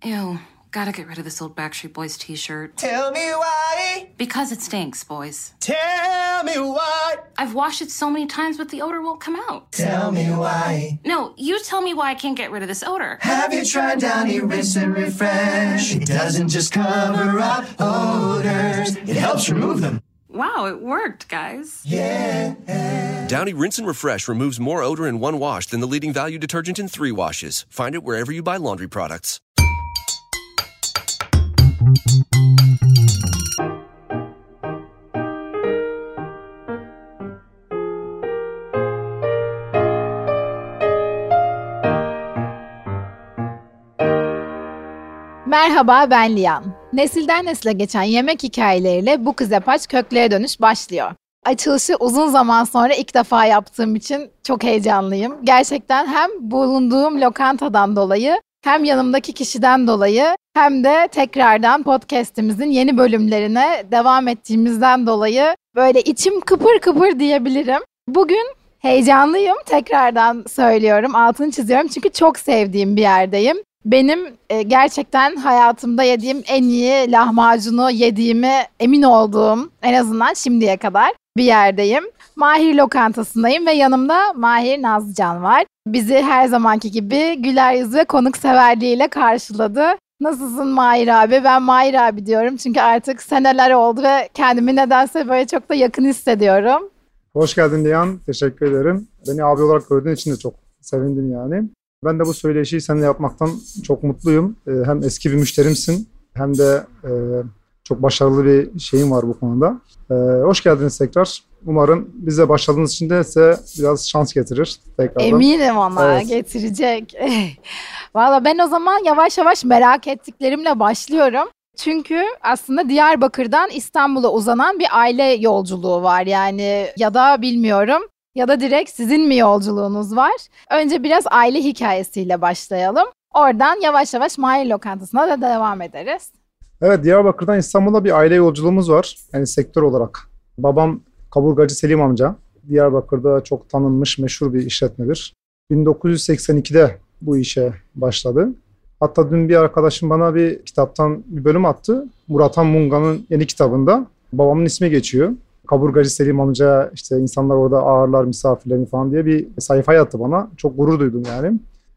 Ew, gotta get rid of this old Backstreet Boys t-shirt. Tell me why. Because it stinks, boys. Tell me why. I've washed it so many times, but the odor won't come out. Tell me why. No, you tell me why I can't get rid of this odor. Have you tried Downy Rinse and Refresh? It doesn't just cover up odors, it helps remove them. Wow, it worked, guys. Yeah. Downy Rinse and Refresh removes more odor in one wash than the leading value detergent in 3 washes. Find it wherever you buy laundry products. Merhaba, ben Liyan. Nesilden nesile geçen yemek hikayeleriyle Bu Kız Yapaç Köklere Dönüş başlıyor. Açılışı uzun zaman sonra ilk defa yaptığım için çok heyecanlıyım. Gerçekten hem bulunduğum lokantadan dolayı, hem yanımdaki kişiden dolayı, hem de tekrardan podcast'imizin yeni bölümlerine devam ettiğimizden dolayı böyle içim kıpır kıpır diyebilirim. Bugün heyecanlıyım, tekrardan söylüyorum, altını çiziyorum çünkü çok sevdiğim bir yerdeyim. Benim gerçekten hayatımda yediğim en iyi lahmacunu yediğime emin olduğum, en azından şimdiye kadar bir yerdeyim. Mahir Lokantası'ndayım ve yanımda Mahir Nazlıcan var. Bizi her zamanki gibi güler yüz ve konukseverliğiyle karşıladı. Nasılsın Mahir abi? Ben Mahir abi diyorum çünkü artık seneler oldu ve kendimi nedense böyle çok da yakın hissediyorum. Hoş geldin Liyan. Teşekkür ederim. Beni abi olarak gördüğün için de çok sevindim yani. Ben de bu söyleşiyi seninle yapmaktan çok mutluyum. Hem eski bir müşterimsin hem de çok başarılı bir şeyin var bu konuda. Hoş geldiniz tekrar. Umarım bize başladığınız için de size biraz şans getirir tekrardan. Eminim ona evet. Getirecek. Valla ben o zaman yavaş yavaş merak ettiklerimle başlıyorum. Çünkü aslında Diyarbakır'dan İstanbul'a uzanan bir aile yolculuğu var yani, ya da bilmiyorum. Ya da direkt sizin mi yolculuğunuz var? Önce biraz aile hikayesiyle başlayalım. Oradan yavaş yavaş Mahir Lokantası'na da devam ederiz. Evet, Diyarbakır'dan İstanbul'a bir aile yolculuğumuz var. Yani sektör olarak. Babam kaburgacı Selim amca. Diyarbakır'da çok tanınmış, meşhur bir işletmedir. 1982'de bu işe başladı. Hatta dün bir arkadaşım bana bir kitaptan bir bölüm attı. Murat Han Munga'nın yeni kitabında babamın ismi geçiyor. Kaburgacı Selim amca, işte insanlar orada ağırlar misafirlerini falan diye bir sayfa attı bana. Çok gurur duydum yani.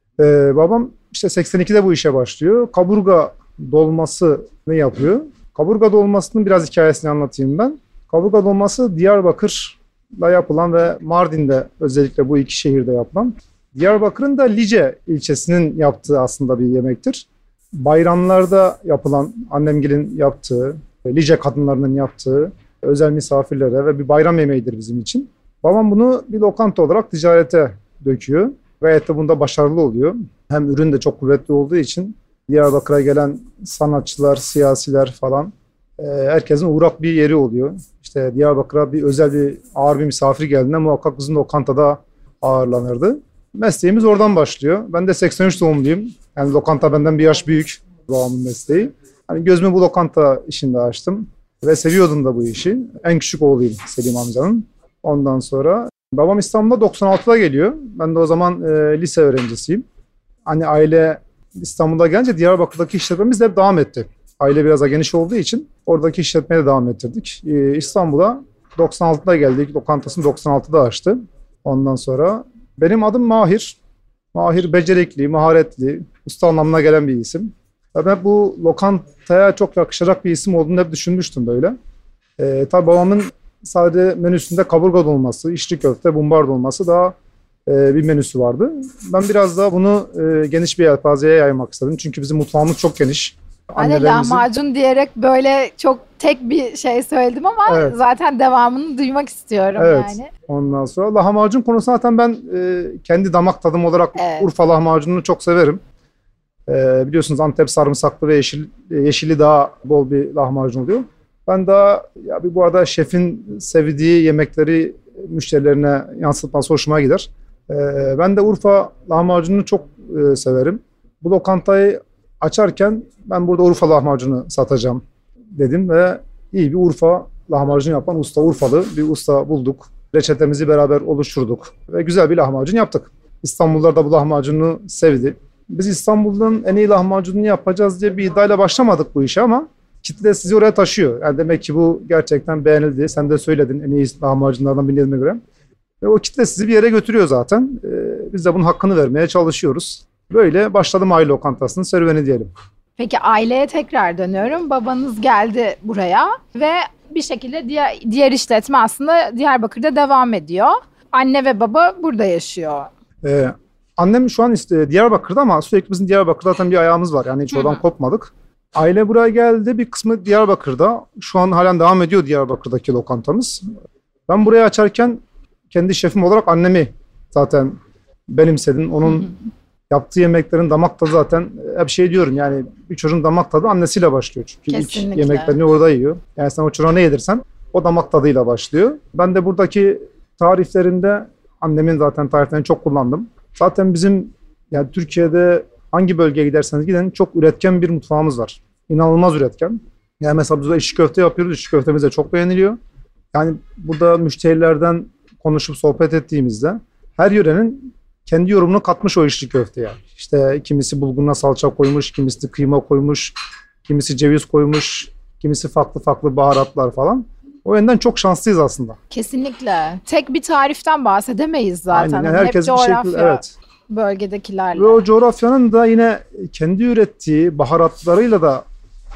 Babam işte 82'de bu işe başlıyor. Kaburga dolması ne yapıyor? Kaburga dolmasının biraz hikayesini anlatayım ben. Kaburga dolması Diyarbakır'da yapılan ve Mardin'de özellikle bu iki şehirde yapılan. Diyarbakır'ın da Lice ilçesinin yaptığı aslında bir yemektir. Bayramlarda yapılan, annemgilin yaptığı, Lice kadınlarının yaptığı özel misafirlere ve bir bayram yemeğidir bizim için. Babam bunu bir lokanta olarak ticarete döküyor. Gayet de bunda başarılı oluyor. Hem ürün de çok kuvvetli olduğu için Diyarbakır'a gelen sanatçılar, siyasiler falan herkesin uğrak bir yeri oluyor. İşte Diyarbakır'a bir özel bir ağır bir misafir geldiğinde muhakkak bizim lokantada ağırlanırdı. Mesleğimiz oradan başlıyor. Ben de 83 doğumluyum. Yani lokanta benden bir yaş büyük babamın mesleği. Hani gözümü bu lokanta işinde açtım. Ve seviyordum da bu işi. En küçük oğluyum Selim amcanın. Ondan sonra babam İstanbul'da 96'da geliyor. Ben de o zaman lise öğrencisiyim. Hani aile İstanbul'a gelince Diyarbakır'daki işletmemiz de hep devam etti. Aile biraz daha geniş olduğu için oradaki işletmeye de devam ettirdik. İstanbul'a 96'da geldik. Lokantasını 96'da açtı. Ondan sonra benim adım Mahir. Mahir becerikli, maharetli, usta anlamına gelen bir isim. Ben bu lokantaya çok yakışacak bir isim olduğunu hep düşünmüştüm böyle. Tabii babamın sadece menüsünde kaburga dolması, içli köfte, mumbar dolması daha bir menüsü vardı. Ben biraz daha bunu geniş bir yelpazeye yaymak istedim. Çünkü bizim mutfağımız çok geniş. Hani lahmacun diyerek böyle çok tek bir şey söyledim ama evet, zaten devamını duymak istiyorum evet, yani. Ondan sonra lahmacun konusu zaten ben kendi damak tadım olarak evet, Urfa lahmacununu çok severim. Biliyorsunuz Antep sarımsaklı ve yeşili daha bol bir lahmacun oluyor. Ben daha bu arada şefin sevdiği yemekleri müşterilerine yansıtması hoşuma gider. Ben de Urfa lahmacununu çok severim. Bu lokantayı açarken ben burada Urfa lahmacunu satacağım dedim ve iyi bir Urfa lahmacun yapan Urfalı bir usta bulduk. Reçetemizi beraber oluşturduk ve güzel bir lahmacun yaptık. İstanbullular da bu lahmacunu sevdi. Biz İstanbul'un en iyi lahmacununu yapacağız diye bir iddiayla başlamadık bu işe ama kitle sizi oraya taşıyor. Yani demek ki bu gerçekten beğenildi. Sen de söyledin en iyi lahmacunlardan bilindiğine göre. Ve o kitle sizi bir yere götürüyor zaten. Biz de bunun hakkını vermeye çalışıyoruz. Böyle başladım aile lokantasının serüveni diyelim. Peki aileye tekrar dönüyorum. Babanız geldi buraya ve bir şekilde diğer işletme aslında Diyarbakır'da devam ediyor. Anne ve baba burada yaşıyor. Annem şu an Diyarbakır'da ama sürekli bizim Diyarbakır'da zaten bir ayağımız var. Yani hiç oradan kopmadık. Aile buraya geldi. Bir kısmı Diyarbakır'da. Şu an halen devam ediyor Diyarbakır'daki lokantamız. Ben burayı açarken kendi şefim olarak annemi zaten benimsedim. Onun yaptığı yemeklerin damak tadı zaten hep şey diyorum yani bir çocuğun damak tadı annesiyle başlıyor. Çünkü Kesinlikle. ilk yemeklerini orada yiyor. Yani sen o çocuğa ne yedirsen o damak tadıyla başlıyor. Ben de buradaki tariflerinde annemin zaten tariflerini çok kullandım. Zaten bizim yani Türkiye'de hangi bölgeye giderseniz gidin çok üretken bir mutfağımız var. İnanılmaz üretken. Yani mesela biz de içli köfte yapıyoruz. İçli köftemiz de çok beğeniliyor. Yani burada müşterilerden konuşup sohbet ettiğimizde her yörenin kendi yorumunu katmış o içli köfteye. İşte kimisi bulguruna salça koymuş, kimisi kıyma koymuş, kimisi ceviz koymuş, kimisi farklı baharatlar falan. O yönden çok şanslıyız aslında. Kesinlikle. Tek bir tariften bahsedemeyiz zaten. Aynen. Yani herkes hep bir coğrafya şekilde evet. bölgedekilerle. Ve o coğrafyanın da yine kendi ürettiği baharatlarıyla da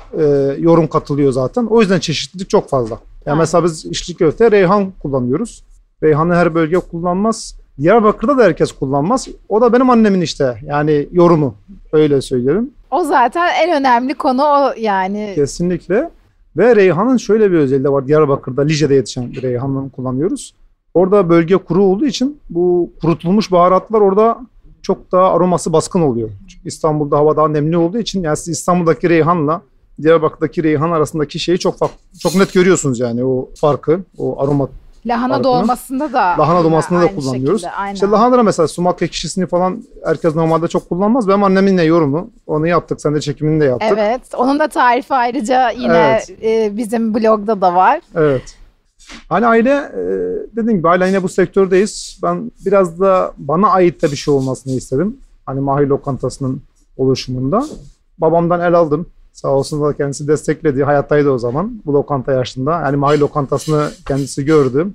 yorum katılıyor zaten. O yüzden çeşitlilik çok fazla. Yani mesela biz içli köfte reyhan kullanıyoruz. Reyhanı her bölge kullanmaz. Diyarbakır'da da herkes kullanmaz. O da benim annemin işte yani yorumu. Öyle söylerim. O zaten en önemli konu o yani. Kesinlikle. Ve reyhanın şöyle bir özelliği var. Diyarbakır'da Lice'de yetişen bir reyhanı kullanıyoruz. Orada bölge kuru olduğu için bu kurutulmuş baharatlar orada çok daha aroması baskın oluyor. Çünkü İstanbul'da hava daha nemli olduğu için yani siz İstanbul'daki reyhanla Diyarbakır'daki reyhan arasındaki şeyi çok net görüyorsunuz yani o farkı, o aroma. Lahana dolmasında da. Lahana dolmasında da kullanıyoruz. Şekilde, İşte lahanada mesela sumak ekşisini falan herkes normalde çok kullanmaz. Benim annemin ne yorumu. Onu yaptık. Sen de çekimini de yaptık. Evet. Onun da tarifi ayrıca yine bizim blogda da var. Evet. Hani aile dediğim gibi hala yine bu sektördeyiz. Ben biraz da bana ait de bir şey olmasını istedim. Hani Mahir Lokantası'nın oluşumunda. Babamdan el aldım. Sağ olsun da kendisi destekledi. Hayattaydı o zaman bu lokanta yaşında. Yani Mahir Lokantası'nı kendisi gördü.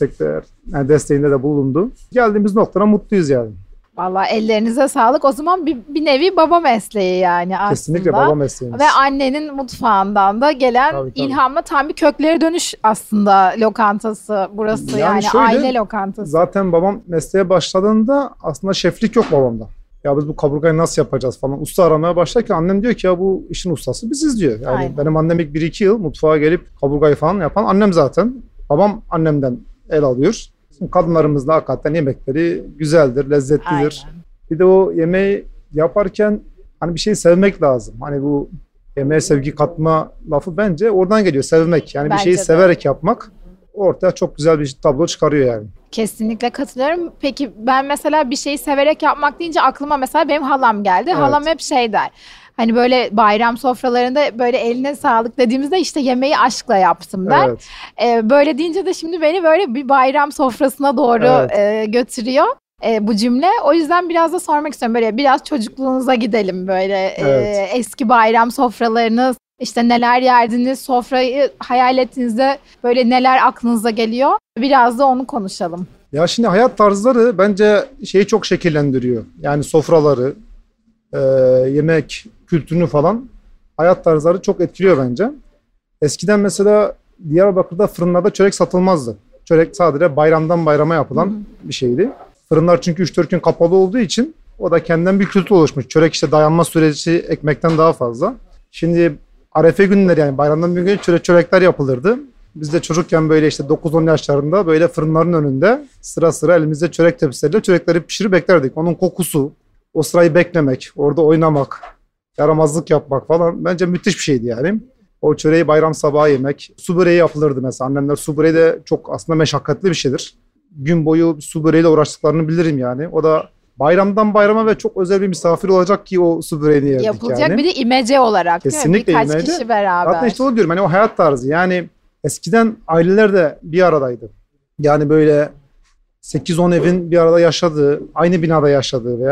Desteğinde de bulundu. Geldiğimiz noktada mutluyuz yani. Vallahi ellerinize sağlık. O zaman bir nevi baba mesleği yani aslında. Kesinlikle baba mesleğimiz. Ve annenin mutfağından da gelen Tabii. ilhamla tam bir köklere dönüş aslında lokantası burası yani şöyle, aile lokantası. Zaten babam mesleğe başladığında aslında şeflik yok babamda. Ya biz bu kaburgayı nasıl yapacağız falan. Usta aramaya başlarken annem diyor ki ya bu işin ustası biziz diyor. Yani Aynen. benim annem ilk 1-2 yıl mutfağa gelip kaburgayı falan yapan annem zaten. Babam annemden el alıyor. Şimdi kadınlarımızın da hakikaten yemekleri güzeldir, lezzetlidir. Aynen. Bir de o yemeği yaparken hani bir şey sevmek lazım. Hani bu yemeğe sevgi katma lafı bence oradan geliyor. Sevmek. Yani bir şeyi Bence de. severek yapmak ortaya çok güzel bir tablo çıkarıyor yani. Kesinlikle katılıyorum. Peki ben mesela bir şeyi severek yapmak deyince aklıma mesela benim halam geldi. Evet. Halam hep şey der. Hani böyle bayram sofralarında böyle eline sağlık dediğimizde işte yemeği aşkla yaptım der. Evet. Böyle deyince de şimdi beni böyle bir bayram sofrasına doğru götürüyor. Bu cümle. O yüzden biraz da sormak istiyorum. Böyle biraz çocukluğunuza gidelim böyle. Evet. Eski bayram sofralarınız, işte neler yerdiniz, sofrayı hayal ettiğinizde böyle neler aklınıza geliyor. Biraz da onu konuşalım. Ya şimdi hayat tarzları bence şeyi çok şekillendiriyor. Yani sofraları, yemek kültürünü falan hayat tarzları çok etkiliyor bence. Eskiden mesela Diyarbakır'da fırınlarda çörek satılmazdı. Çörek sadece bayramdan bayrama yapılan bir şeydi. Fırınlar çünkü 3-4 gün kapalı olduğu için o da kendinden bir kültür oluşmuş. Çörek işte dayanma süreci ekmekten daha fazla. Şimdi Arefe günleri yani bayramdan bir gün çörekler yapılırdı. Biz de çocukken böyle işte 9-10 yaşlarında böyle fırınların önünde sıra sıra elimizde çörek tepsileriyle çörekleri pişirip beklerdik. Onun kokusu, o sırayı beklemek, orada oynamak, yaramazlık yapmak falan bence müthiş bir şeydi yani. O çöreği bayram sabahı yemek. Su böreği yapılırdı mesela. Annemler su böreği de çok aslında meşakkatli bir şeydir. Gün boyu su böreğiyle uğraştıklarını bilirim yani. O da bayramdan bayrama ve çok özel bir misafir olacak ki o su böreğini yerdik Yapılacak yani. bir de imece olarak Kesinlikle değil mi? Birkaç imece. kişi beraber. Zaten işte o diyorum hani o hayat tarzı yani eskiden aileler de bir aradaydı. Yani böyle 8-10 evin bir arada yaşadığı, aynı binada yaşadığı veya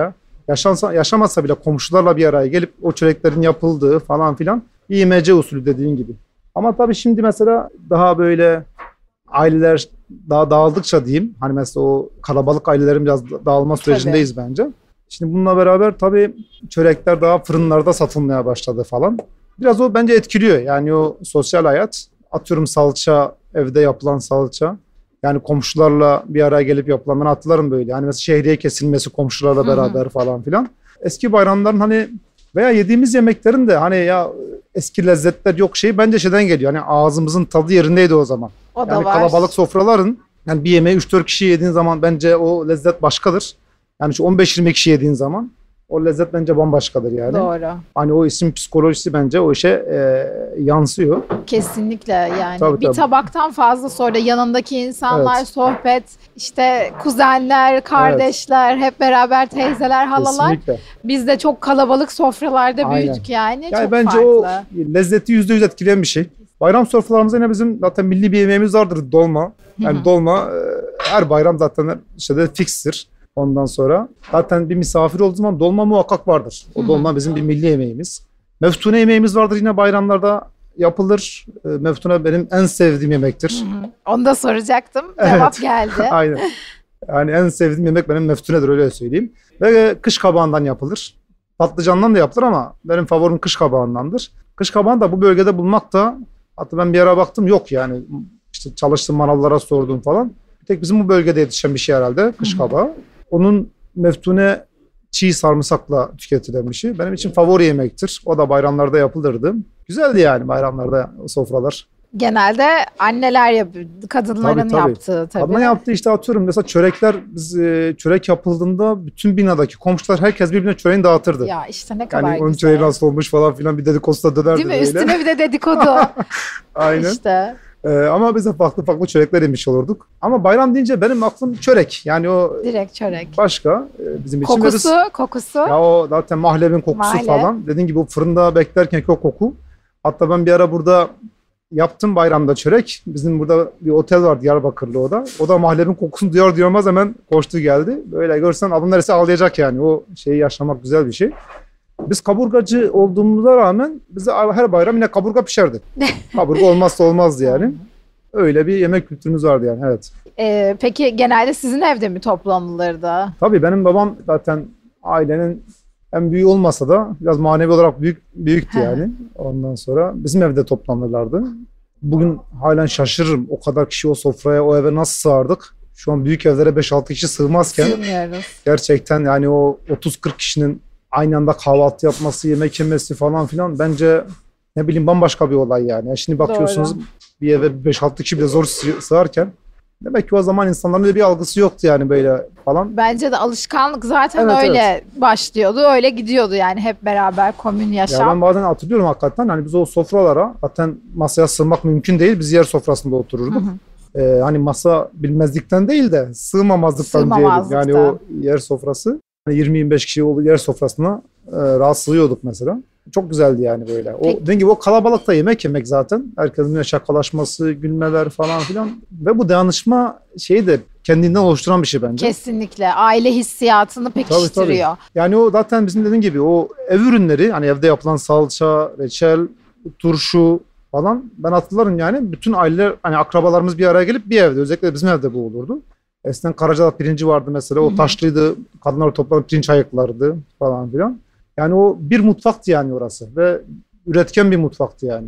yaşamasa bile komşularla bir araya gelip o çöreklerin yapıldığı falan filan İMC usulü dediğin gibi. Ama tabii şimdi mesela daha böyle aileler daha dağıldıkça diyeyim. Hani mesela o kalabalık ailelerin biraz dağılma sürecindeyiz bence. Şimdi bununla beraber tabii çörekler daha fırınlarda satılmaya başladı falan. Biraz o bence etkiliyor. Yani o sosyal hayat. Atıyorum salça, evde yapılan salça. Yani komşularla bir araya gelip yapılan, ben hatırlarım böyle. Yani mesela şehriye kesilmesi komşularla beraber falan filan. Eski bayramların hani veya yediğimiz yemeklerin de hani ya eski lezzetler yok şey bence şeyden geliyor. Hani ağzımızın tadı yerindeydi o zaman. O da Yani var. kalabalık sofraların yani bir yemeği 3-4 kişi yediğin zaman bence o lezzet başkadır. Yani şu 15-20 kişi yediğin zaman o lezzet bence bambaşkadır yani. Doğru. Hani o isim psikolojisi bence o işe yansıyor. Kesinlikle yani. Tabii, bir tabii. tabaktan fazla sonra yanındaki insanlar, Evet. sohbet, işte kuzenler, kardeşler, hep beraber teyzeler, halalar. Kesinlikle. Biz de çok kalabalık sofralarda Aynen. büyüdük yani. Yani çok bence farklı. o lezzeti %100 etkileyen bir şey. Bayram sofralarımızda yine bizim zaten milli bir yemeğimiz vardır, dolma. Yani dolma her bayram zaten işte de fikstir. Ondan sonra zaten bir misafir olduğu zaman dolma muhakkak vardır. O dolma bizim bir milli yemeğimiz. Meftune yemeğimiz vardır, yine bayramlarda yapılır. Meftune benim en sevdiğim yemektir. Onu da soracaktım. Evet. Cevap geldi. Aynen. Yani en sevdiğim yemek benim meftunedir, öyle söyleyeyim. Ve kış kabağından yapılır. Patlıcandan da yapılır ama benim favorim kış kabağındandır. Kış kabağını da bu bölgede bulmak da, hatta ben bir ara baktım yok yani. İşte çalıştığım manavlara sordum falan. Bir tek bizim bu bölgede yetişen bir şey herhalde kış kabağı. Onun meftune çiğ sarımsakla tüketilen bir şey. Benim için favori yemektir. O da bayramlarda yapılırdı. Güzeldi yani bayramlarda sofralar. Genelde anneler yapıyor. Kadınların Tabii. yaptığı tabii. Kadına yaptığı işte atıyorum mesela çörekler, biz çörek yapıldığında bütün binadaki komşular herkes birbirine çöreğini dağıtırdı. Ya işte ne kadar Yani onun güzel. çöreği nasıl olmuş falan filan bir dedikodu da dönerdi Değil mi? böyle. Üstüne bir de dedikodu. Aynen. İşte. Ama biz de farklı çörekler yemiş olurduk. Ama bayram deyince benim aklım çörek. Yani o Direkt çörek. başka bizim için. Kokusu. Ya o zaten mahlebin kokusu Mahleb. falan. Dediğin gibi o fırında beklerken o koku. Hatta ben bir ara burada yaptım bayramda çörek. Bizim burada bir otel var Diyarbakır'da o da. O da mahlebin kokusunu duyar duyamaz hemen koştu geldi. Böyle görsen adam neredeyse ağlayacak yani. O şeyi yaşamak güzel bir şey. Biz kaburgacı olduğumuza rağmen bize her bayram yine kaburga pişerdi. Kaburga olmazsa olmazdı yani. Öyle bir yemek kültürümüz vardı yani, evet. Peki genelde sizin evde mi toplanılırdı? Tabii benim babam zaten ailenin en büyüğü olmasa da biraz manevi olarak büyüktü yani. Ondan sonra bizim evde toplanırlardı. Bugün halen şaşırırım. O kadar kişi o sofraya, o eve nasıl sığardık? Şu an büyük evlere 5-6 kişi sığmazken Sığmıyoruz. gerçekten yani o 30-40 kişinin aynı anda kahvaltı yapması, yemek yemesi falan filan bence ne bileyim bambaşka bir olay yani. Yani şimdi bakıyorsunuz bir eve 5-6 kişi bile zor sığarken demek ki o zaman insanların öyle bir algısı yoktu yani böyle falan. Bence de alışkanlık zaten Evet, öyle başlıyordu. Öyle gidiyordu yani hep beraber komün Ya yaşam. ben bazen hatırlıyorum hakikaten hani biz o sofralara zaten masaya sığmak mümkün değil. Biz yer sofrasında otururduk. Hani masa bilmezlikten değil de sığmamazlıktan diyelim. Yani o yer sofrası. Hani 20-25 kişi olduğu yer sofrasına rahat sığıyorduk mesela. Çok güzeldi yani böyle. O dediğim gibi o kalabalıkta yemek zaten. Herkesin şakalaşması, gülmeler falan filan. Ve bu dayanışma şeyi de kendinden oluşturan bir şey bence. Kesinlikle. Aile hissiyatını pekiştiriyor. Tabii. Yani o zaten bizim dediğim gibi o ev ürünleri, hani evde yapılan salça, reçel, turşu falan. Ben hatırlarım yani bütün aileler, hani akrabalarımız bir araya gelip bir evde, özellikle bizim evde bu olurdu. Eskiden Karacaada pirinci vardı mesela. O taşlıydı. Kadınlar toplanıp pirinç ayıklardı falan filan. Yani o bir mutfaktı yani orası. Ve üretken bir mutfaktı yani.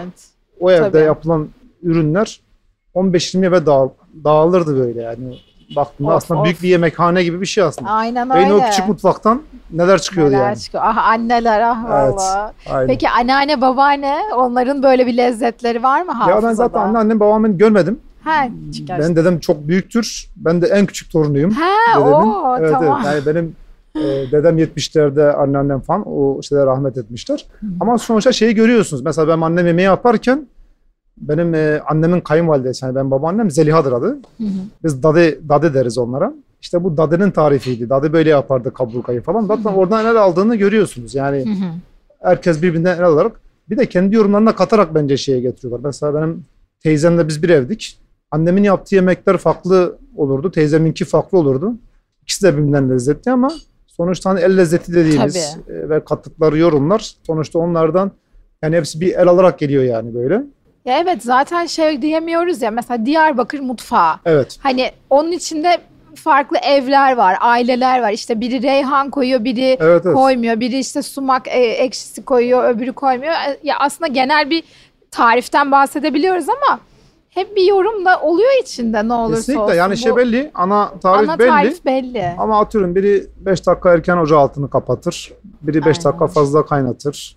O evde Tabii. yapılan ürünler 15-20 eve dağılırdı böyle yani. Baktığında aslında büyük bir yemekhane gibi bir şey aslında. Aynen Ve öyle. o küçük mutfaktan neler çıkıyordu Neler yani. çıkıyor. Ah anneler Evet, valla. aynen. Peki anneanne babaanne onların böyle bir lezzetleri var mı hafızada? Ya ben zaten annem babamın görmedim. Çıkar. Ben dedem çok büyüktür. Ben de en küçük torunuyum. Evet, Evet, tamam. evet. Yani benim dedem 70'lerde, anneannem falan o şeyler rahmet etmişler. Ama sonuçta şeyi görüyorsunuz. Mesela ben annem yemeği yaparken benim annemin kayınvalidesi, yani benim babaannem Zeliha'dır adı. Biz dade deriz onlara. İşte bu dadenin tarifiydi. Dade böyle yapardı kaburgayı falan. Zaten oradan el aldığını görüyorsunuz. Yani herkes birbirinden el alarak, bir de kendi yorumlarına katarak bence şeye getiriyorlar. Mesela benim teyzemle biz bir evdik. Annemin yaptığı yemekler farklı olurdu. Teyzeminki farklı olurdu. İkisi de birbirinden lezzetli ama Sonuçta hani el lezzeti dediğimiz ve kattıkları yorumlar sonuçta onlardan yani hepsi bir el alarak geliyor yani böyle. Ya evet zaten şey diyemiyoruz ya mesela Diyarbakır mutfağı. Evet. Hani onun içinde farklı evler var, aileler var. İşte biri reyhan koyuyor, biri Evet. koymuyor. Biri işte sumak ekşisi koyuyor, öbürü koymuyor. Ya aslında genel bir tariften bahsedebiliyoruz ama hep bir yorum da oluyor içinde ne olursa Kesinlikle olsun. yani şey belli, ana tarif Ana belli. tarif belli. Ama atıyorum biri 5 dakika erken ocağı altını kapatır. Biri 5 dakika fazla kaynatır.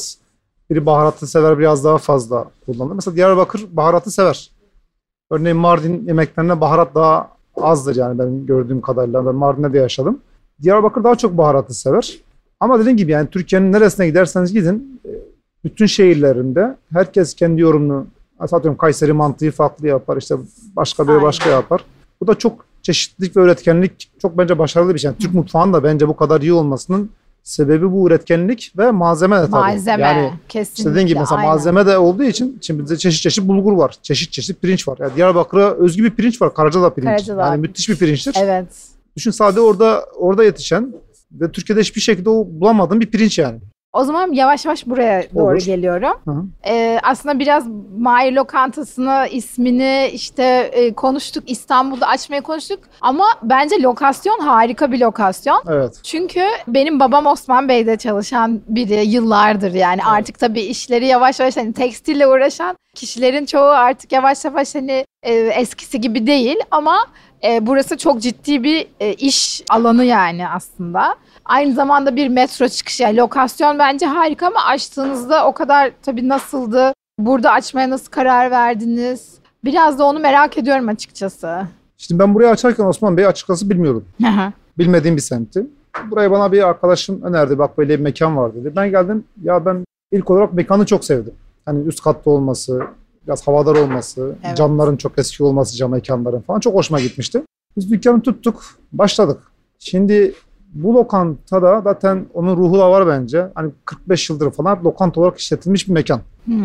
Biri baharatı sever, biraz daha fazla kullanır. Mesela Diyarbakır baharatı sever. Örneğin Mardin yemeklerine baharat daha azdır yani benim gördüğüm kadarıyla. Ben Mardin'de de yaşadım. Diyarbakır daha çok baharatı sever. Ama dediğim gibi yani Türkiye'nin neresine giderseniz gidin bütün şehirlerinde herkes kendi yorumunu atıyorum Kayseri mantıyı farklı yapar. İşte başka biri başka yapar. Bu da çok çeşitlilik ve üretkenlik çok bence başarılı bir şey. Yani Türk mutfağının da bence bu kadar iyi olmasının sebebi bu üretkenlik ve malzeme de tabii. Malzeme Yani kesinlikle. işte dediğim gibi mesela malzeme de olduğu için şimdi bizde çeşit çeşit bulgur var. Çeşit çeşit pirinç var. Yani Diyarbakır'a özgü bir pirinç var. Karacadağ pirinç. Karacadağ. Yani müthiş bir pirinçtir. Evet. Düşün sadece orada yetişen ve Türkiye'de hiçbir şekilde o bulamadığım bir pirinç yani. O zaman yavaş yavaş buraya doğru Olur. geliyorum. Hı. Aslında biraz Mahir Lokantası'nı, ismini işte konuştuk. İstanbul'da açmayı konuştuk. Ama bence lokasyon harika bir lokasyon. Evet. Çünkü benim babam Osman Bey'de çalışan biri yıllardır yani. Artık tabii işleri yavaş yavaş hani tekstille uğraşan kişilerin çoğu artık yavaş yavaş hani eskisi gibi değil. Ama burası çok ciddi bir iş alanı yani aslında. Aynı zamanda bir metro çıkışı. Yani lokasyon bence harika ama açtığınızda o kadar tabii nasıldı? Burada açmaya nasıl karar verdiniz? Biraz da onu merak ediyorum açıkçası. Şimdi ben burayı açarken Osman Bey'i açıkçası bilmiyordum. Bilmediğim bir semtti. Burayı bana bir arkadaşım önerdi. Bak böyle bir mekan var dedi. Ben geldim. Ya ben ilk olarak mekanı çok sevdim. Hani üst katta olması, biraz havadar olması, Evet. camların çok eski olması, cam mekanların falan çok hoşuma gitmişti. Biz dükkanı tuttuk, başladık. Şimdi bu lokantada zaten onun ruhu da var bence. Hani 45 yıldır falan lokanta olarak işletilmiş bir mekan.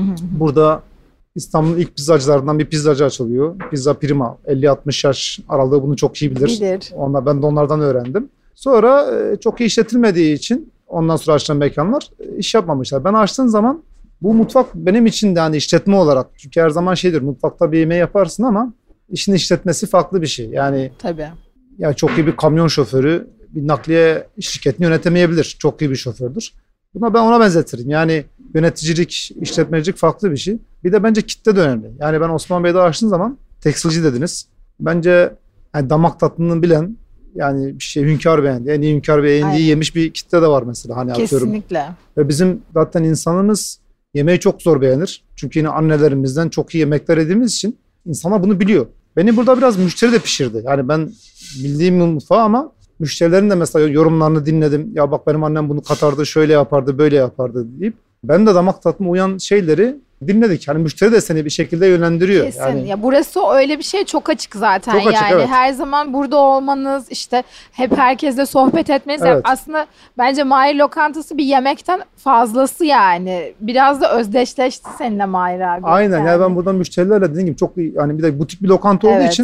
Burada İstanbul'un ilk pizzacılarından bir pizzacı açılıyor. Pizza Prima. 50-60 yaş aralığı bunu çok iyi bilir. Ben de onlardan öğrendim. Sonra çok iyi işletilmediği için ondan sonra açılan mekanlar iş yapmamışlar. Ben açtığım zaman bu mutfak benim için de hani işletme olarak. Çünkü her zaman şeydir, mutfakta bir yemeği yaparsın ama işin işletmesi farklı bir şey. Yani Tabii. Yani çok iyi bir kamyon şoförü bir nakliye şirketini yönetemeyebilir. Çok iyi bir şofördür. Ben ona benzetirim. Yani yöneticilik, işletmecilik farklı bir şey. Bir de bence kitle de önemli. Yani ben Osman Bey'de açtığım zaman tekstilci dediniz. Bence yani damak tadını bilen yani bir şey hünkâr beğendi. En iyi hünkâr beğendiği yemiş bir kitle de var mesela. Hani Kesinlikle. atıyorum. Ve bizim zaten insanımız yemeği çok zor beğenir. Çünkü yine annelerimizden çok iyi yemekler yediğimiz için insanlar bunu biliyor. Beni burada biraz müşteri de pişirdi. Yani ben bildiğim mutfağı ama müşterilerin de mesela yorumlarını dinledim. Ya bak benim annem bunu katardı, şöyle yapardı, böyle yapardı deyip ben de damak tadıma uyan şeyleri dinledik. Hani müşteri de seni bir şekilde yönlendiriyor. Kesin. Yani Ya burası öyle bir şey çok açık zaten. Çok açık, yani evet. her zaman burada olmanız, işte hep herkesle sohbet etmeniz. Evet. Aslında bence Mahir Lokantası bir yemekten fazlası yani. Biraz da özdeşleşti seninle Mahir abi. aynen yani ben buradan müşterilerle dediğim gibi çok iyi, yani bir de butik bir lokanta olduğu Evet. için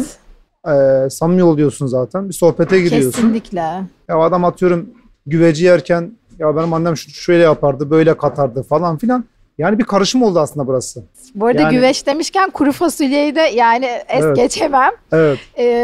samimi oluyorsun zaten. Bir sohbete giriyorsun. Kesinlikle. Ya adam atıyorum güveci yerken ya benim annem şöyle yapardı, böyle katardı falan filan. Yani bir karışım oldu aslında burası. Bu arada Yani- güveç demişken kuru fasulyeyi de yani es Evet. geçemem. Evet.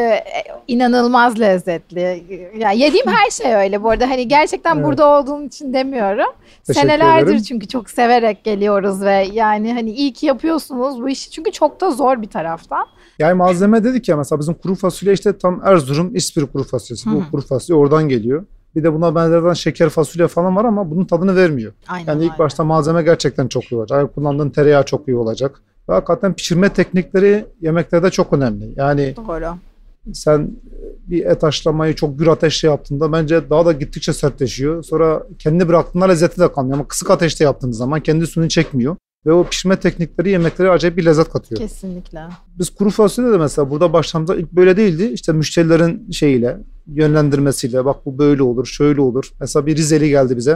İnanılmaz lezzetli. Yani yediğim her şey öyle bu arada. Hani gerçekten Evet. burada olduğum için demiyorum. Teşekkür Senelerdir ederim. çünkü çok severek geliyoruz ve yani hani iyi ki yapıyorsunuz bu işi. Çünkü çok da zor bir taraftan. Yani malzeme dedik ya mesela bizim kuru fasulye işte tam Erzurum İspir kuru fasulyesi. Bu kuru fasulye oradan geliyor. Bir de buna benzerden şeker fasulye falan var ama bunun tadını vermiyor. Aynen Yani ilk öyle. başta malzeme gerçekten çok iyi olacak. Kullandığın tereyağı çok iyi olacak. Ve hakikaten pişirme teknikleri yemeklerde çok önemli. Yani Doğru. sen bir et haşlamayı çok gür ateşte yaptığında bence daha da gittikçe sertleşiyor. Sonra kendi bıraktığında lezzeti de kalmıyor. Ama kısık ateşte yaptığınız zaman kendi suyunu çekmiyor. Ve o pişirme teknikleri yemeklere acayip bir lezzet katıyor. Kesinlikle. Biz kuru fasulye de mesela burada başladığımızda ilk böyle değildi. İşte müşterilerin şeyiyle, yönlendirmesiyle bak bu böyle olur, şöyle olur. Mesela bir Rizeli geldi bize.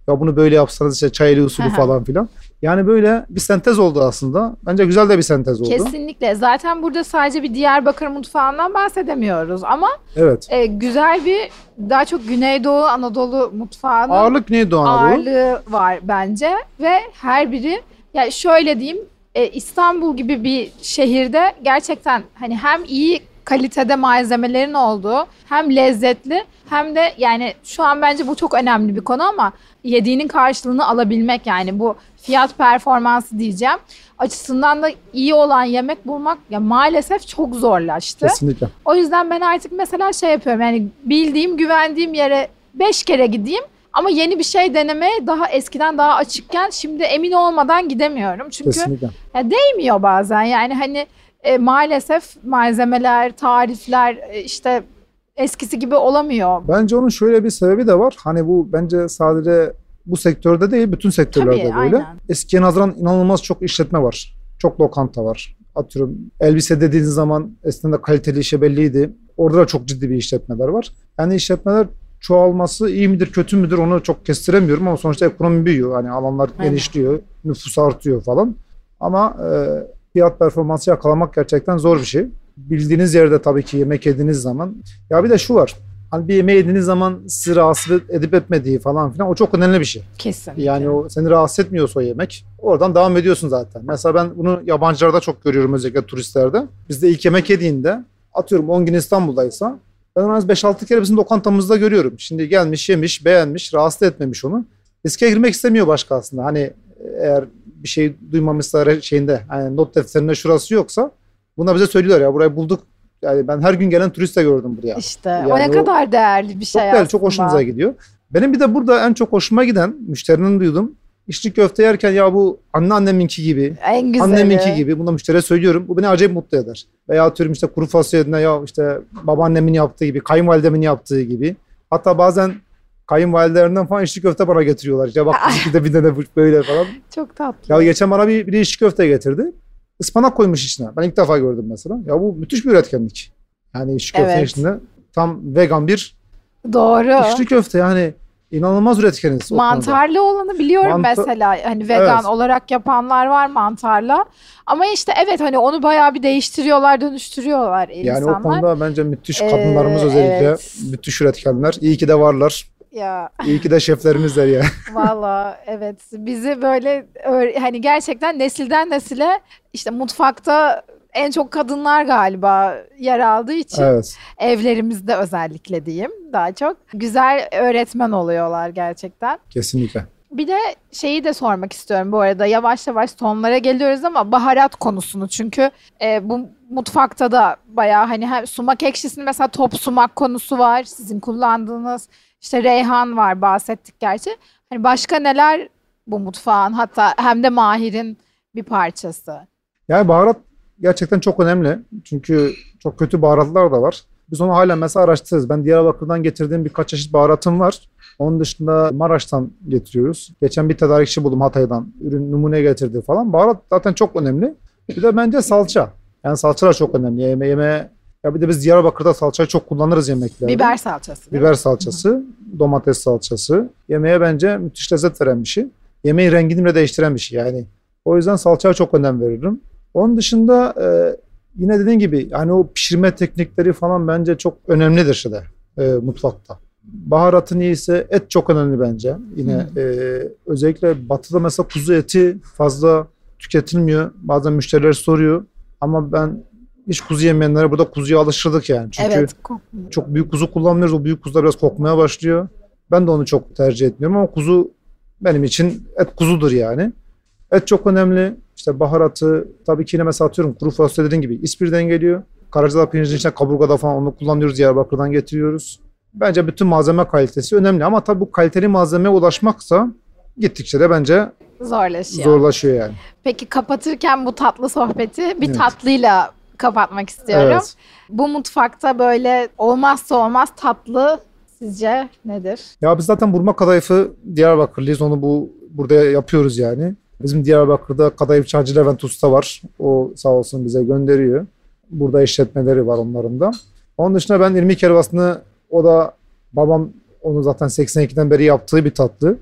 Ya bunu böyle yapsanız işte çayeli usulü Aha. falan filan. Yani böyle bir sentez oldu aslında. Bence güzel de bir sentez oldu. Kesinlikle. Zaten burada sadece bir Diyarbakır mutfağından bahsedemiyoruz ama Evet. güzel bir daha çok Güneydoğu Anadolu mutfağının Ağırlık neydi o Anadolu? ağırlığı var bence ve her biri, yani şöyle diyeyim, İstanbul gibi bir şehirde gerçekten hani hem iyi kalitede malzemelerin olduğu, hem lezzetli, hem de yani şu an bence bu çok önemli bir konu ama yediğinin karşılığını alabilmek, yani bu fiyat performansı diyeceğim açısından da iyi olan yemek bulmak ya maalesef çok zorlaştı. Kesinlikle. O yüzden ben artık mesela şey yapıyorum, yani bildiğim, güvendiğim yere 5 kere gideyim ama yeni bir şey denemeye daha eskiden daha açıkken şimdi emin olmadan gidemiyorum. Çünkü Kesinlikle. ya değmiyor bazen, yani hani maalesef malzemeler, tarifler işte eskisi gibi olamıyor. Bence onun şöyle bir sebebi de var. Hani bu bence sadece bu sektörde değil, bütün sektörlerde Tabii, böyle. aynen. Eskiye nazaran inanılmaz çok işletme var. Çok lokanta var. Atıyorum elbise dediğiniz zaman eskiden de kaliteli işe belliydi. Orada da çok ciddi bir işletmeler var. Yani işletmeler çoğalması iyi midir kötü müdür onu çok kestiremiyorum ama sonuçta ekonomi büyüyor. Hani alanlar Aynen. genişliyor, nüfus artıyor falan. Ama fiyat performansı yakalamak gerçekten zor bir şey. Bildiğiniz yerde tabii ki yemek yediğiniz zaman. Ya bir de şu var. Hani bir yemeği yediğiniz zaman sizi rahatsız edip etmediği falan filan o çok önemli bir şey. Kesinlikle. Yani o seni rahatsız etmiyorsa o yemek oradan devam ediyorsun zaten. Mesela ben bunu yabancılarda çok görüyorum, özellikle turistlerde. Bizde ilk yemek yediğinde atıyorum 10 gün İstanbul'daysa ben en az 5-6 kere bizim lokantamızda görüyorum. Şimdi gelmiş, yemiş, beğenmiş, rahatsız etmemiş onu. Riske girmek istemiyor başka aslında. Hani eğer bir şey duymamışsa şeyinde, yani not defterinde şurası yoksa bunlar bize söylüyorlar ya burayı bulduk. Yani ben her gün gelen turist de gördüm buraya. İşte Yani o ne kadar değerli bir şey çok değerli, aslında. çok hoşumuza gidiyor. Benim bir de burada en çok hoşuma giden, müşterinin duydum. İçli köfte yerken ya bu anneanneminki gibi, En güzeli. anneminki gibi. Bunu da müşteriye söylüyorum. Bu beni acayip mutlu eder. Veya atıyorum işte kuru fasulyeden ya işte babaannemin yaptığı gibi, kayınvalidemin yaptığı gibi. Hatta bazen kayınvalidelerinden falan içli köfte bana getiriyorlar. Ya bak bizimki de bir tane böyle falan. Çok tatlı. Ya geçen bana bir içli köfte getirdi. Ispanak koymuş içine. Ben ilk defa gördüm mesela. Ya bu müthiş bir üretkenlik. Yani içli köftenin Evet. içinde tam vegan bir Doğru. içli köfte, yani inanılmaz üretkeniz. o konuda. Mantarlı olanı biliyorum mesela, hani vegan Evet. olarak yapanlar var mantarla. Ama işte evet, hani onu bayağı bir değiştiriyorlar, dönüştürüyorlar Yani insanlar. o konuda bence müthiş kadınlarımız özellikle evet. müthiş üretkenler. İyi ki de varlar. Ya İyi ki de şeflerimizler ya. valla evet, bizi böyle hani gerçekten nesilden nesile işte mutfakta en çok kadınlar galiba yer aldığı için Evet. evlerimizde özellikle diyeyim daha çok güzel öğretmen oluyorlar gerçekten. Kesinlikle. Bir de şeyi de sormak istiyorum bu arada, yavaş yavaş sonlara geliyoruz ama baharat konusunu, çünkü bu mutfakta da bayağı hani hem sumak ekşisinin mesela top sumak konusu var, sizin kullandığınız işte reyhan var, bahsettik gerçi. Hani başka neler bu mutfağın, hatta hem de Mahir'in bir parçası. Yani baharat gerçekten çok önemli. Çünkü çok kötü baharatlar da var. Biz onu hala mesela araştırırız. Ben Diyarbakır'dan getirdiğim birkaç çeşit baharatım var. Onun dışında Maraş'tan getiriyoruz. Geçen bir tedarikçi buldum Hatay'dan. Ürün numune getirdi falan. Baharat zaten çok önemli. Bir de bence salça. Yani salça da çok önemli. Yemeğe ya bir de biz Diyarbakır'da salçayı çok kullanırız yemeklerde. Biber salçası değil mi? Biber salçası, domates salçası. Yemeğe bence müthiş lezzet veren bir şey. Yemeğin rengini bile değiştiren bir şey yani. O yüzden salçaya çok önem veririm. Onun dışında yine dediğim gibi yani o pişirme teknikleri falan bence çok önemlidir şeyde, mutfakta. Baharatın iyiyse et çok önemli bence. Yine özellikle batıda mesela kuzu eti fazla tüketilmiyor. Bazen müşteriler soruyor ama ben hiç kuzu yemeyenlere burada kuzuya alıştırdık yani. Çünkü Evet. çok büyük kuzu kullanmıyoruz. O büyük kuzular biraz kokmaya başlıyor. Ben de onu çok tercih etmiyorum ama kuzu benim için et kuzudur yani. Et çok önemli. İşte baharatı tabii ki yine mesela atıyorum kuru fasulye dediğin gibi İspir'den geliyor. Karacadağ pirincinin içine kaburgada falan onu kullanıyoruz. Diyarbakır'dan getiriyoruz. Bence bütün malzeme kalitesi önemli ama tabii bu kaliteli malzemeye ulaşmaksa gittikçe de bence zorlaşıyor yani. Peki kapatırken bu tatlı sohbeti bir Evet. tatlıyla kapatmak istiyorum. Evet. Bu mutfakta böyle olmazsa olmaz tatlı sizce nedir? Ya biz zaten burma kadayıfı Diyarbakırlıyız. Onu burada yapıyoruz yani. Bizim Diyarbakır'da kadayıfçı Hacı Levent Usta var. O sağ olsun bize gönderiyor. Burada işletmeleri var onların da. Onun dışında ben irmik helvasını, o da babam onu zaten 82'den beri yaptığı bir tatlı.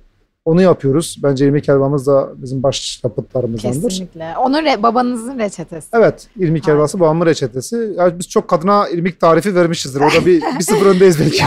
Onu yapıyoruz. Bence irmik helvamız da bizim baş yapıtlarımızdandır. Kesinlikle. Onun babanızın reçetesi. Evet, irmik helvası babamın reçetesi. Yani biz çok kadına irmik tarifi vermişizdir. Orada bir sıfır öndeyiz belki.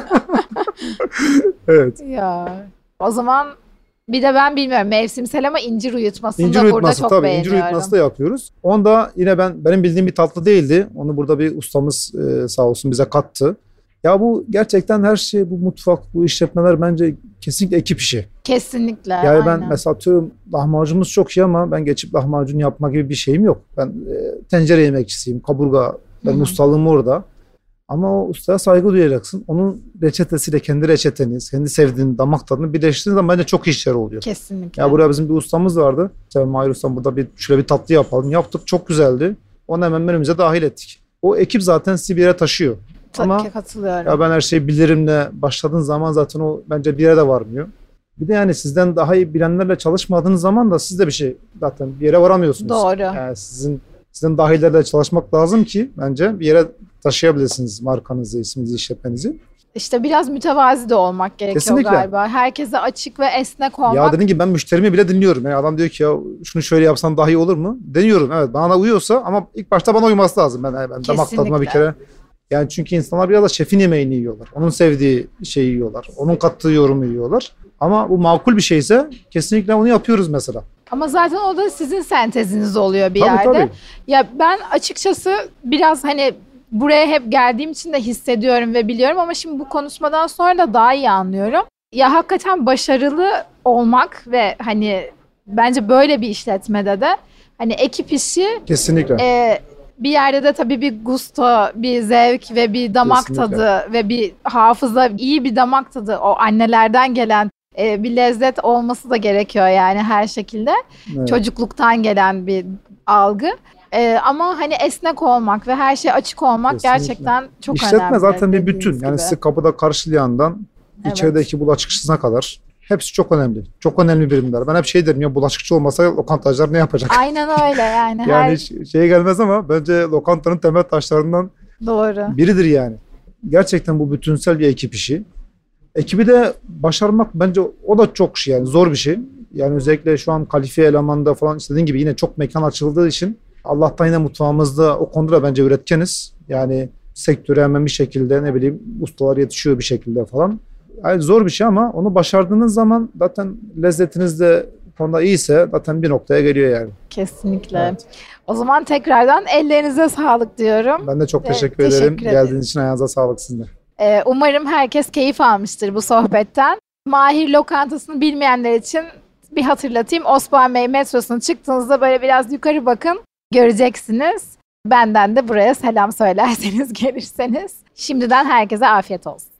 Evet. Ya. O zaman bir de ben bilmiyorum mevsimsel ama incir uyutmasını İncir da burada uyutması çok tabii. beğeniyorum. İncir uyutması da yapıyoruz. Onu da yine benim bildiğim bir tatlı değildi. Onu burada bir ustamız sağ olsun bize kattı. Ya bu gerçekten her şey, bu mutfak, bu işletmeler bence kesinlikle ekip işi. Kesinlikle. Yani aynen. ben mesela atıyorum lahmacunumuz çok iyi ama ben geçip lahmacun yapma gibi bir şeyim yok. Ben tencere yemekçisiyim, kaburga, benim ustalığım orada. Ama o ustaya saygı duyacaksın. Onun reçetesiyle kendi reçeteniz, kendi sevdiğin damak tadını birleştirdiğiniz zaman bence çok işler oluyor. Kesinlikle. Ya buraya bizim bir ustamız vardı. İşte Mahir Ustam burada şöyle bir tatlı yapalım. Yaptık, çok güzeldi. Onu hemen menümüze dahil ettik. O ekip zaten sizi bir yere taşıyor. Ama katılıyorum. ya ben her şeyi bilirimle başladığın zaman zaten o bence bir yere de varmıyor. Bir de yani sizden daha iyi bilenlerle çalışmadığınız zaman da siz de bir şey zaten bir yere varamıyorsunuz. Doğru. Yani sizin dahilerle çalışmak lazım ki bence bir yere taşıyabilirsiniz markanızı, isminizi, işletmenizi. İşte biraz mütevazi de olmak gerekiyor Kesinlikle. galiba. Herkese açık ve esnek olmak. Ya dediğim gibi ben müşterimi bile dinliyorum. Yani adam diyor ki ya şunu şöyle yapsan daha iyi olur mu? Deniyorum, evet, bana uyuyorsa ama ilk başta bana uyması lazım. Ben damak tadıma bir kere. Yani çünkü insanlar biraz da şefin yemeğini yiyorlar. Onun sevdiği şeyi yiyorlar. Onun kattığı yorumu yiyorlar. Ama bu makul bir şeyse kesinlikle onu yapıyoruz mesela. Ama zaten o da sizin senteziniz oluyor bir Tabii, yerde. tabii. Ya ben açıkçası biraz hani buraya hep geldiğim için de hissediyorum ve biliyorum ama şimdi bu konuşmadan sonra da daha iyi anlıyorum. Ya hakikaten başarılı olmak ve hani bence böyle bir işletmede de hani ekip işi Kesinlikle. bir yerde de tabii bir gusto, bir zevk ve bir damak Kesinlikle. tadı ve bir hafıza, iyi bir damak tadı, o annelerden gelen bir lezzet olması da gerekiyor yani her şekilde. Evet. Çocukluktan gelen bir algı. Ama hani esnek olmak ve her şeye açık olmak Kesinlikle. gerçekten çok İşletme önemli. zaten bir dediğiniz bütün. Yani gibi. sizi kapıda karşılayandan Evet. içerideki bulaşıkçısına kadar hepsi çok önemli. Çok önemli birimler. Ben hep şey derim ya, bulaşıkçı olmasa lokantacılar ne yapacak? Aynen öyle yani. Yani her hiç şeye gelmez ama bence lokantanın temel taşlarından doğru. biridir yani. Gerçekten bu bütünsel bir ekip işi. Ekibi de başarmak bence o da çok şey, yani zor bir şey. Yani özellikle şu an kalifiye elemanda falan istediğin gibi yine çok mekan açıldığı için Allah'tan yine mutfağımızda o konuda bence üretkeniz. Yani sektöre hemen bir şekilde ne bileyim ustalar yetişiyor bir şekilde falan. Yani zor bir şey ama onu başardığınız zaman zaten lezzetiniz de konuda iyiyse zaten bir noktaya geliyor yani. Kesinlikle. Evet. O zaman tekrardan ellerinize sağlık diyorum. Ben de çok Evet, teşekkür ederim. teşekkür ederim. Geldiğiniz için ayağınıza sağlık sizin de. Umarım herkes keyif almıştır bu sohbetten. Mahir Lokantası'nı bilmeyenler için bir hatırlatayım. Osman Bey metrosuna çıktığınızda böyle biraz yukarı bakın. Göreceksiniz. Benden de buraya selam söylerseniz gelirseniz. Şimdiden herkese afiyet olsun.